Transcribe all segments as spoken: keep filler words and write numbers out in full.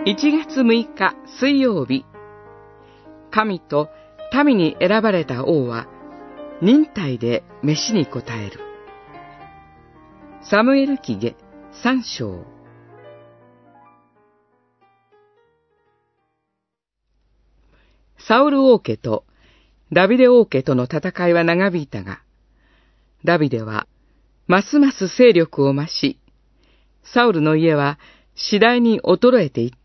いちがつむいか水曜日、神と民に選ばれた王は忍耐で召しに応える。サムエル記下三章。サウル王家とダビデ王家との戦いは長引いたが、ダビデはますます勢力を増し、サウルの家は次第に衰えていった。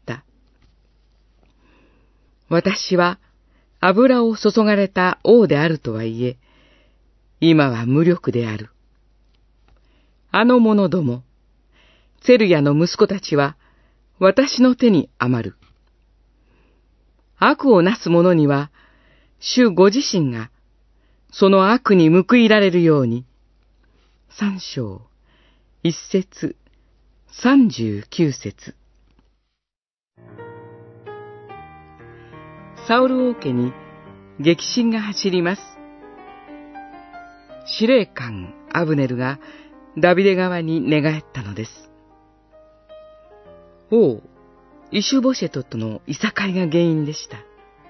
私は油を注がれた王であるとはいえ、今は無力である。あの者ども、ツェルヤの息子たちは私の手に余る。悪をなす者には、主ご自身がその悪に報いられるように。三章、一節、三十九節。サウル王家に激震が走ります。司令官アブネルがダビデ側に寝返ったのです。王イシュボシェトとのいさかいが原因でした。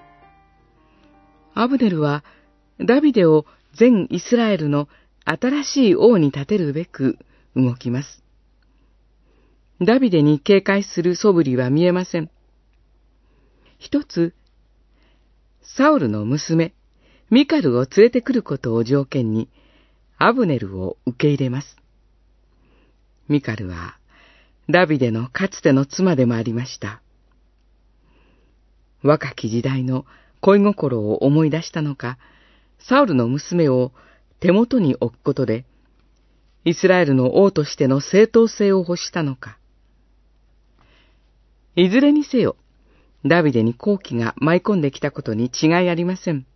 アブネルはダビデを全イスラエルの新しい王に立てるべく動きます。ダビデに警戒する素振りは見えません。一つ、サウルの娘、ミカルを連れてくることを条件に、アブネルを受け入れます。ミカルは、ダビデのかつての妻でもありました。若き時代の恋心を思い出したのか、サウルの娘を手元に置くことで、イスラエルの王としての正当性を欲したのか。いずれにせよ、ダビデに好機が舞い込んできたことに違いありません。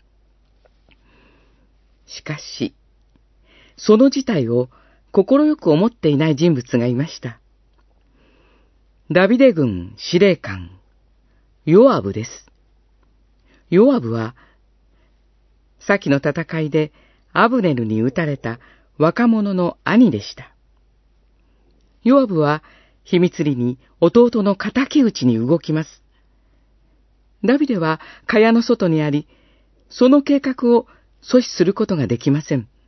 しかし、その事態を快く思っていない人物がいました。ダビデ軍司令官、ヨアブです。ヨアブは、先の戦いでアブネルに撃たれた若者の兄でした。ヨアブは秘密裏に弟の敵討ちに動きます。ダビデは蚊帳の外にあり、その計画を阻止することができません。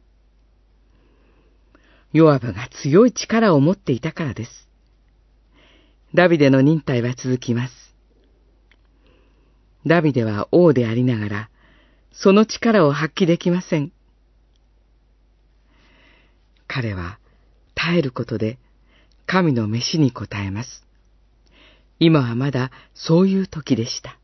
ヨアブが強い力を持っていたからです。ダビデの忍耐は続きます。ダビデは王でありながら、その力を発揮できません。彼は耐えることで神の召しに応えます。今はまだそういう時でした。